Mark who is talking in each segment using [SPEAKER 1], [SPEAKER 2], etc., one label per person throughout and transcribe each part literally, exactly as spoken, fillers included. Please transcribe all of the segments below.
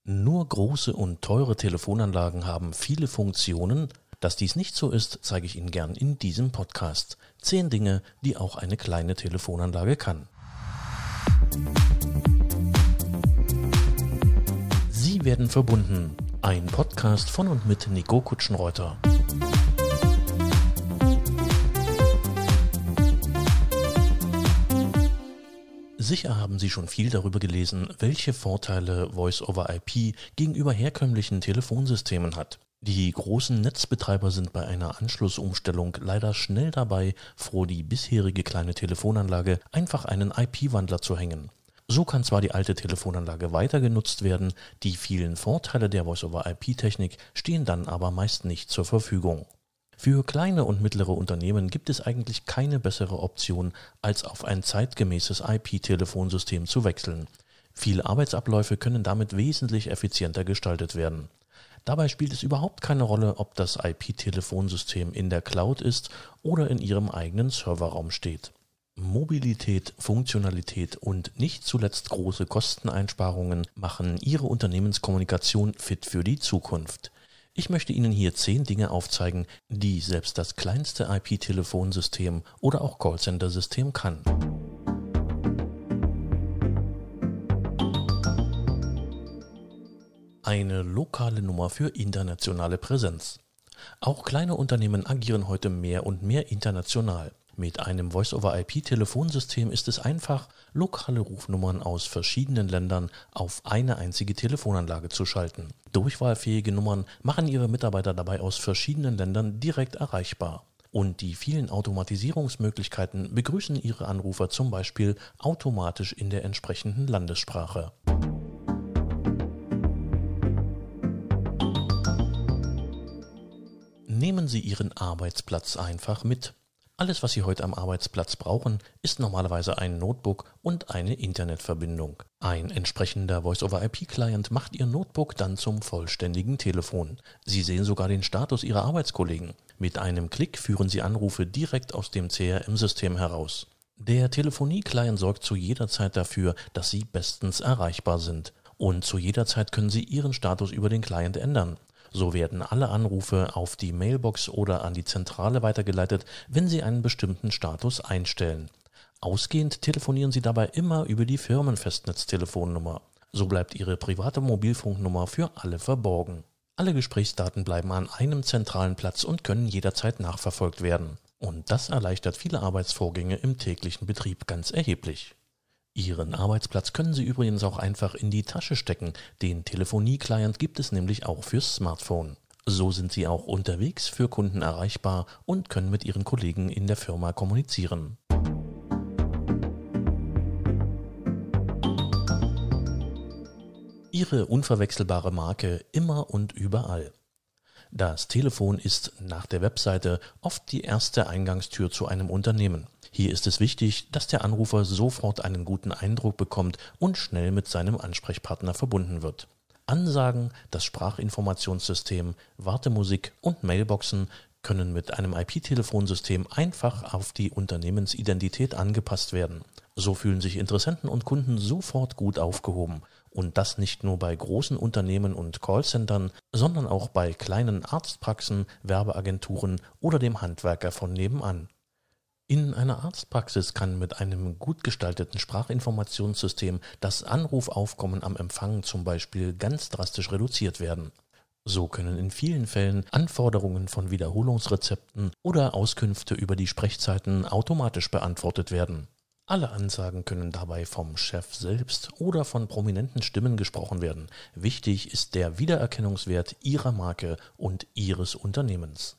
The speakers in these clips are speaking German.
[SPEAKER 1] Nur große und teure Telefonanlagen haben viele Funktionen. Dass dies nicht so ist, zeige ich Ihnen gern in diesem Podcast. Zehn Dinge, die auch eine kleine Telefonanlage kann. Sie werden verbunden. Ein Podcast von und mit Nico Kutschenreuter. Sicher haben Sie schon viel darüber gelesen, welche Vorteile Voice-over-I P gegenüber herkömmlichen Telefonsystemen hat. Die großen Netzbetreiber sind bei einer Anschlussumstellung leider schnell dabei, vor die bisherige kleine Telefonanlage einfach einen I P-Wandler zu hängen. So kann zwar die alte Telefonanlage weiter genutzt werden, die vielen Vorteile der Voice-over-I P-Technik stehen dann aber meist nicht zur Verfügung. Für kleine und mittlere Unternehmen gibt es eigentlich keine bessere Option, als auf ein zeitgemäßes I P-Telefonsystem zu wechseln. Viele Arbeitsabläufe können damit wesentlich effizienter gestaltet werden. Dabei spielt es überhaupt keine Rolle, ob das I P-Telefonsystem in der Cloud ist oder in Ihrem eigenen Serverraum steht. Mobilität, Funktionalität und nicht zuletzt große Kosteneinsparungen machen Ihre Unternehmenskommunikation fit für die Zukunft. Ich möchte Ihnen hier zehn Dinge aufzeigen, die selbst das kleinste I P-Telefonsystem oder auch Callcenter-System kann. Eine lokale Nummer für internationale Präsenz. Auch kleine Unternehmen agieren heute mehr und mehr international. Mit einem Voice-over-I P-Telefonsystem ist es einfach, lokale Rufnummern aus verschiedenen Ländern auf eine einzige Telefonanlage zu schalten. Durchwahlfähige Nummern machen Ihre Mitarbeiter dabei aus verschiedenen Ländern direkt erreichbar. Und die vielen Automatisierungsmöglichkeiten begrüßen Ihre Anrufer zum Beispiel automatisch in der entsprechenden Landessprache. Nehmen Sie Ihren Arbeitsplatz einfach mit. Alles, was Sie heute am Arbeitsplatz brauchen, ist normalerweise ein Notebook und eine Internetverbindung. Ein entsprechender Voice-over-I P-Client macht Ihr Notebook dann zum vollständigen Telefon. Sie sehen sogar den Status Ihrer Arbeitskollegen. Mit einem Klick führen Sie Anrufe direkt aus dem C R M-System heraus. Der Telefonie-Client sorgt zu jeder Zeit dafür, dass Sie bestens erreichbar sind. Und zu jeder Zeit können Sie Ihren Status über den Client ändern. So werden alle Anrufe auf die Mailbox oder an die Zentrale weitergeleitet, wenn Sie einen bestimmten Status einstellen. Ausgehend telefonieren Sie dabei immer über die Firmenfestnetztelefonnummer. So bleibt Ihre private Mobilfunknummer für alle verborgen. Alle Gesprächsdaten bleiben an einem zentralen Platz und können jederzeit nachverfolgt werden. Und das erleichtert viele Arbeitsvorgänge im täglichen Betrieb ganz erheblich. Ihren Arbeitsplatz können Sie übrigens auch einfach in die Tasche stecken. Den Telefonie-Client gibt es nämlich auch fürs Smartphone. So sind Sie auch unterwegs für Kunden erreichbar und können mit Ihren Kollegen in der Firma kommunizieren. Ihre unverwechselbare Marke immer und überall. Das Telefon ist nach der Webseite oft die erste Eingangstür zu einem Unternehmen. Hier ist es wichtig, dass der Anrufer sofort einen guten Eindruck bekommt und schnell mit seinem Ansprechpartner verbunden wird. Ansagen, das Sprachinformationssystem, Wartemusik und Mailboxen können mit einem I P-Telefonsystem einfach auf die Unternehmensidentität angepasst werden. So fühlen sich Interessenten und Kunden sofort gut aufgehoben. Und das nicht nur bei großen Unternehmen und Callcentern, sondern auch bei kleinen Arztpraxen, Werbeagenturen oder dem Handwerker von nebenan. In einer Arztpraxis kann mit einem gut gestalteten Sprachinformationssystem das Anrufaufkommen am Empfang zum Beispiel ganz drastisch reduziert werden. So können in vielen Fällen Anforderungen von Wiederholungsrezepten oder Auskünfte über die Sprechzeiten automatisch beantwortet werden. Alle Ansagen können dabei vom Chef selbst oder von prominenten Stimmen gesprochen werden. Wichtig ist der Wiedererkennungswert Ihrer Marke und Ihres Unternehmens.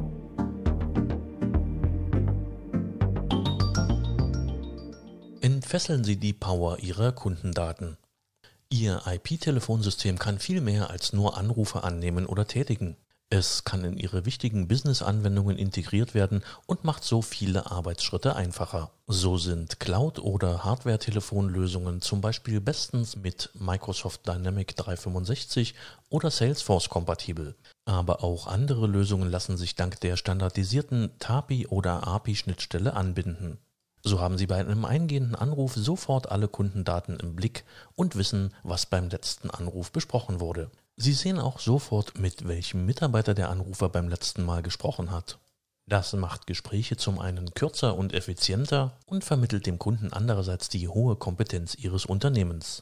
[SPEAKER 1] Entfesseln Sie die Power Ihrer Kundendaten. Ihr I P-Telefonsystem kann viel mehr als nur Anrufe annehmen oder tätigen. Es kann in Ihre wichtigen Business-Anwendungen integriert werden und macht so viele Arbeitsschritte einfacher. So sind Cloud- oder Hardware-Telefonlösungen zum Beispiel bestens mit Microsoft Dynamics dreihundertfünfundsechzig oder Salesforce kompatibel. Aber auch andere Lösungen lassen sich dank der standardisierten T A P I- oder A P I-Schnittstelle anbinden. So haben Sie bei einem eingehenden Anruf sofort alle Kundendaten im Blick und wissen, was beim letzten Anruf besprochen wurde. Sie sehen auch sofort, mit welchem Mitarbeiter der Anrufer beim letzten Mal gesprochen hat. Das macht Gespräche zum einen kürzer und effizienter und vermittelt dem Kunden andererseits die hohe Kompetenz Ihres Unternehmens.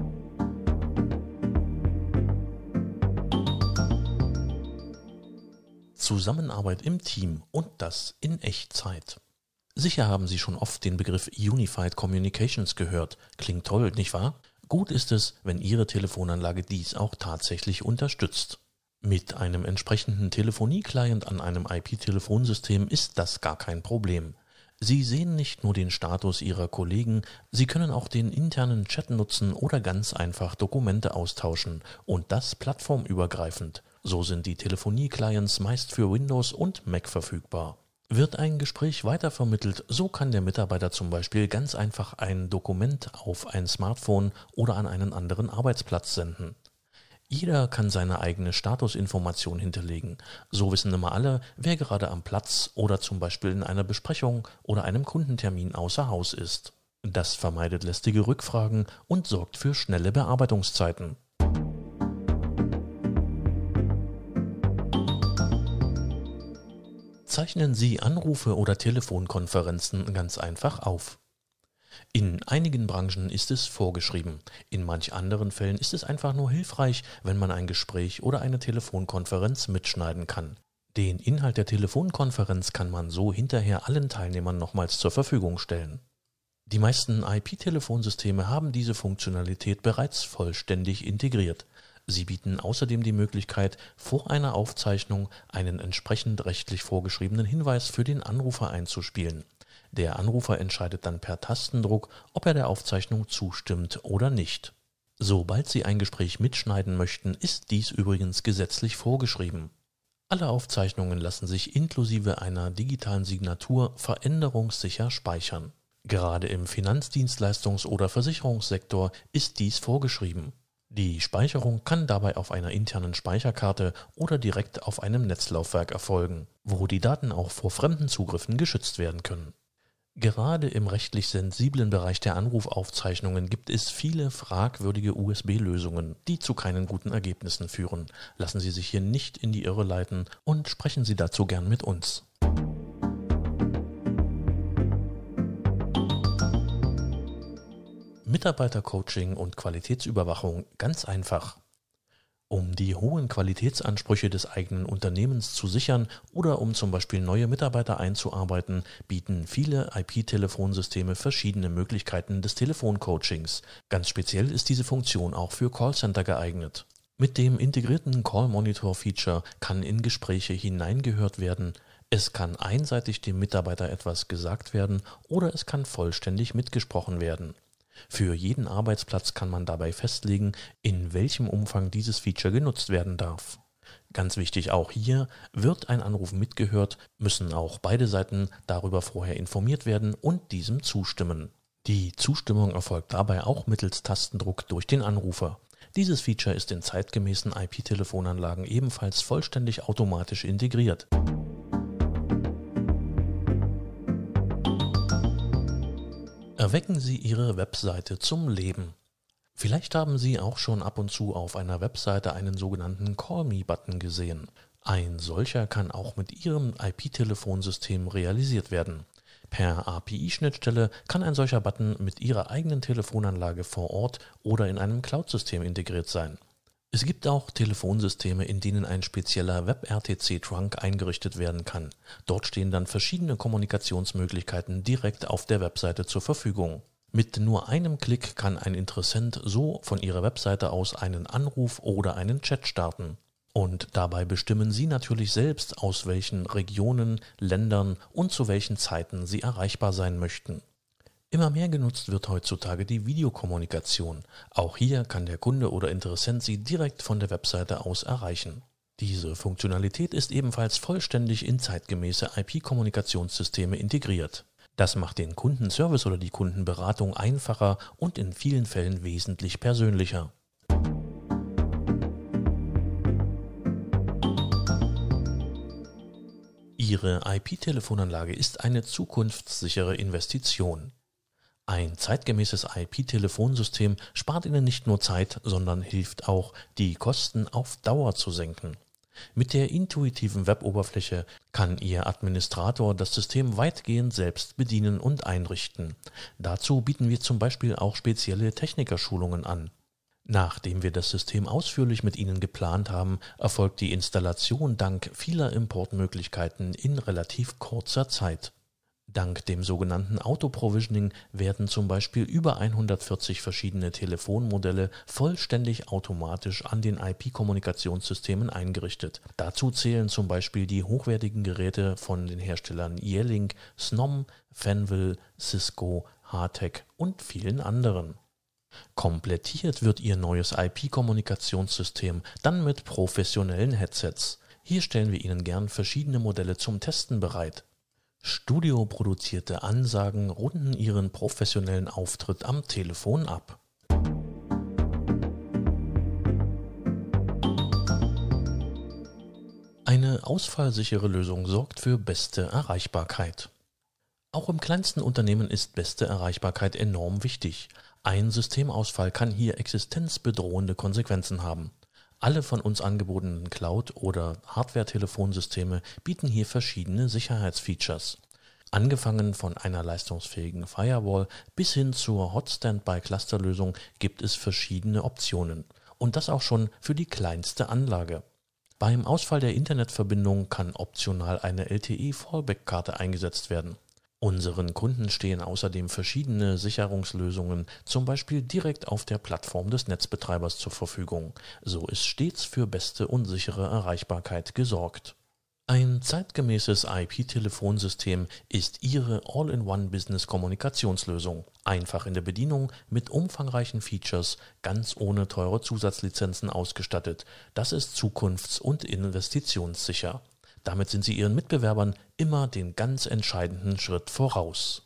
[SPEAKER 1] Zusammenarbeit im Team und das in Echtzeit. Sicher haben Sie schon oft den Begriff Unified Communications gehört. Klingt toll, nicht wahr? Gut ist es, wenn Ihre Telefonanlage dies auch tatsächlich unterstützt. Mit einem entsprechenden Telefonie-Client an einem I P-Telefonsystem ist das gar kein Problem. Sie sehen nicht nur den Status Ihrer Kollegen, Sie können auch den internen Chat nutzen oder ganz einfach Dokumente austauschen und das plattformübergreifend. So sind die Telefonie-Clients meist für Windows und Mac verfügbar. Wird ein Gespräch weitervermittelt, so kann der Mitarbeiter zum Beispiel ganz einfach ein Dokument auf ein Smartphone oder an einen anderen Arbeitsplatz senden. Jeder kann seine eigene Statusinformation hinterlegen. So wissen immer alle, wer gerade am Platz oder zum Beispiel in einer Besprechung oder einem Kundentermin außer Haus ist. Das vermeidet lästige Rückfragen und sorgt für schnelle Bearbeitungszeiten. Zeichnen Sie Anrufe oder Telefonkonferenzen ganz einfach auf. In einigen Branchen ist es vorgeschrieben, in manch anderen Fällen ist es einfach nur hilfreich, wenn man ein Gespräch oder eine Telefonkonferenz mitschneiden kann. Den Inhalt der Telefonkonferenz kann man so hinterher allen Teilnehmern nochmals zur Verfügung stellen. Die meisten I P-Telefonsysteme haben diese Funktionalität bereits vollständig integriert. Sie bieten außerdem die Möglichkeit, vor einer Aufzeichnung einen entsprechend rechtlich vorgeschriebenen Hinweis für den Anrufer einzuspielen. Der Anrufer entscheidet dann per Tastendruck, ob er der Aufzeichnung zustimmt oder nicht. Sobald Sie ein Gespräch mitschneiden möchten, ist dies übrigens gesetzlich vorgeschrieben. Alle Aufzeichnungen lassen sich inklusive einer digitalen Signatur veränderungssicher speichern. Gerade im Finanzdienstleistungs- oder Versicherungssektor ist dies vorgeschrieben. Die Speicherung kann dabei auf einer internen Speicherkarte oder direkt auf einem Netzlaufwerk erfolgen, wo die Daten auch vor fremden Zugriffen geschützt werden können. Gerade im rechtlich sensiblen Bereich der Anrufaufzeichnungen gibt es viele fragwürdige U S B-Lösungen, die zu keinen guten Ergebnissen führen. Lassen Sie sich hier nicht in die Irre leiten und sprechen Sie dazu gern mit uns. Mitarbeitercoaching und Qualitätsüberwachung ganz einfach. Um die hohen Qualitätsansprüche des eigenen Unternehmens zu sichern oder um zum Beispiel neue Mitarbeiter einzuarbeiten, bieten viele I P-Telefonsysteme verschiedene Möglichkeiten des Telefoncoachings. Ganz speziell ist diese Funktion auch für Callcenter geeignet. Mit dem integrierten Call-Monitor-Feature kann in Gespräche hineingehört werden. Es kann einseitig dem Mitarbeiter etwas gesagt werden oder es kann vollständig mitgesprochen werden. Für jeden Arbeitsplatz kann man dabei festlegen, in welchem Umfang dieses Feature genutzt werden darf. Ganz wichtig auch hier, wird ein Anruf mitgehört, müssen auch beide Seiten darüber vorher informiert werden und diesem zustimmen. Die Zustimmung erfolgt dabei auch mittels Tastendruck durch den Anrufer. Dieses Feature ist in zeitgemäßen I P-Telefonanlagen ebenfalls vollständig automatisch integriert. Erwecken Sie Ihre Webseite zum Leben. Vielleicht haben Sie auch schon ab und zu auf einer Webseite einen sogenannten Call Me-Button gesehen. Ein solcher kann auch mit Ihrem I P-Telefonsystem realisiert werden. Per A P I-Schnittstelle kann ein solcher Button mit Ihrer eigenen Telefonanlage vor Ort oder in einem Cloud-System integriert sein. Es gibt auch Telefonsysteme, in denen ein spezieller Web-R T C-Trunk eingerichtet werden kann. Dort stehen dann verschiedene Kommunikationsmöglichkeiten direkt auf der Webseite zur Verfügung. Mit nur einem Klick kann ein Interessent so von Ihrer Webseite aus einen Anruf oder einen Chat starten. Und dabei bestimmen Sie natürlich selbst, aus welchen Regionen, Ländern und zu welchen Zeiten Sie erreichbar sein möchten. Immer mehr genutzt wird heutzutage die Videokommunikation. Auch hier kann der Kunde oder Interessent Sie direkt von der Webseite aus erreichen. Diese Funktionalität ist ebenfalls vollständig in zeitgemäße I P-Kommunikationssysteme integriert. Das macht den Kundenservice oder die Kundenberatung einfacher und in vielen Fällen wesentlich persönlicher. Ihre I P-Telefonanlage ist eine zukunftssichere Investition. Ein zeitgemäßes I P-Telefonsystem spart Ihnen nicht nur Zeit, sondern hilft auch, die Kosten auf Dauer zu senken. Mit der intuitiven Web-Oberfläche kann Ihr Administrator das System weitgehend selbst bedienen und einrichten. Dazu bieten wir zum Beispiel auch spezielle Technikerschulungen an. Nachdem wir das System ausführlich mit Ihnen geplant haben, erfolgt die Installation dank vieler Importmöglichkeiten in relativ kurzer Zeit. Dank dem sogenannten Auto-Provisioning werden zum Beispiel über hundertvierzig verschiedene Telefonmodelle vollständig automatisch an den I P-Kommunikationssystemen eingerichtet. Dazu zählen zum Beispiel die hochwertigen Geräte von den Herstellern Yearlink, Snom, Fanvil, Cisco, Hartec und vielen anderen. Komplettiert wird Ihr neues I P-Kommunikationssystem dann mit professionellen Headsets. Hier stellen wir Ihnen gern verschiedene Modelle zum Testen bereit. Studioproduzierte Ansagen runden Ihren professionellen Auftritt am Telefon ab. Eine ausfallsichere Lösung sorgt für beste Erreichbarkeit. Auch im kleinsten Unternehmen ist beste Erreichbarkeit enorm wichtig. Ein Systemausfall kann hier existenzbedrohende Konsequenzen haben. Alle von uns angebotenen Cloud- oder Hardware-Telefonsysteme bieten hier verschiedene Sicherheitsfeatures. Angefangen von einer leistungsfähigen Firewall bis hin zur Hot-Standby-Cluster-Lösung gibt es verschiedene Optionen. Und das auch schon für die kleinste Anlage. Beim Ausfall der Internetverbindung kann optional eine L T E-Fallback-Karte eingesetzt werden. Unseren Kunden stehen außerdem verschiedene Sicherungslösungen, zum Beispiel direkt auf der Plattform des Netzbetreibers zur Verfügung. So ist stets für beste und sichere Erreichbarkeit gesorgt. Ein zeitgemäßes I P-Telefonsystem ist Ihre All-in-One-Business-Kommunikationslösung. Einfach in der Bedienung, mit umfangreichen Features, ganz ohne teure Zusatzlizenzen ausgestattet. Das ist zukunfts- und investitionssicher. Damit sind Sie Ihren Mitbewerbern immer den ganz entscheidenden Schritt voraus.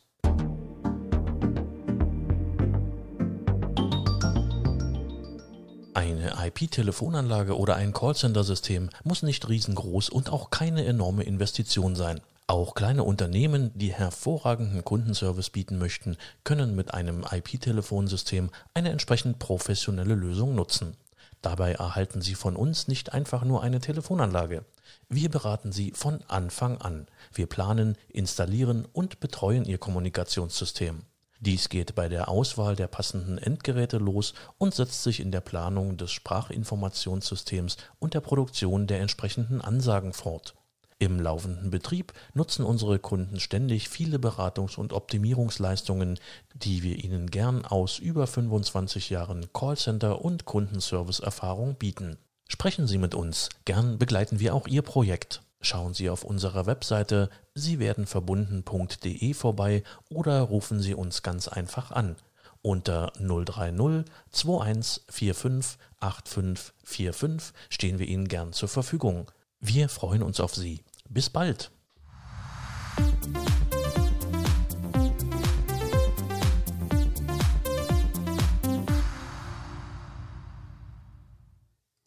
[SPEAKER 1] Eine I P-Telefonanlage oder ein Callcenter-System muss nicht riesengroß und auch keine enorme Investition sein. Auch kleine Unternehmen, die hervorragenden Kundenservice bieten möchten, können mit einem I P-Telefonsystem eine entsprechend professionelle Lösung nutzen. Dabei erhalten Sie von uns nicht einfach nur eine Telefonanlage. Wir beraten Sie von Anfang an. Wir planen, installieren und betreuen Ihr Kommunikationssystem. Dies geht bei der Auswahl der passenden Endgeräte los und setzt sich in der Planung des Sprachinformationssystems und der Produktion der entsprechenden Ansagen fort. Im laufenden Betrieb nutzen unsere Kunden ständig viele Beratungs- und Optimierungsleistungen, die wir ihnen gern aus über fünfundzwanzig Jahren Callcenter- und Kundenservice-Erfahrung bieten. Sprechen Sie mit uns, gern begleiten wir auch Ihr Projekt. Schauen Sie auf unserer Webseite sie werden verbunden punkt de vorbei oder rufen Sie uns ganz einfach an. Unter null drei null zwei eins vier fünf acht fünf vier fünf stehen wir Ihnen gern zur Verfügung. Wir freuen uns auf Sie. Bis bald!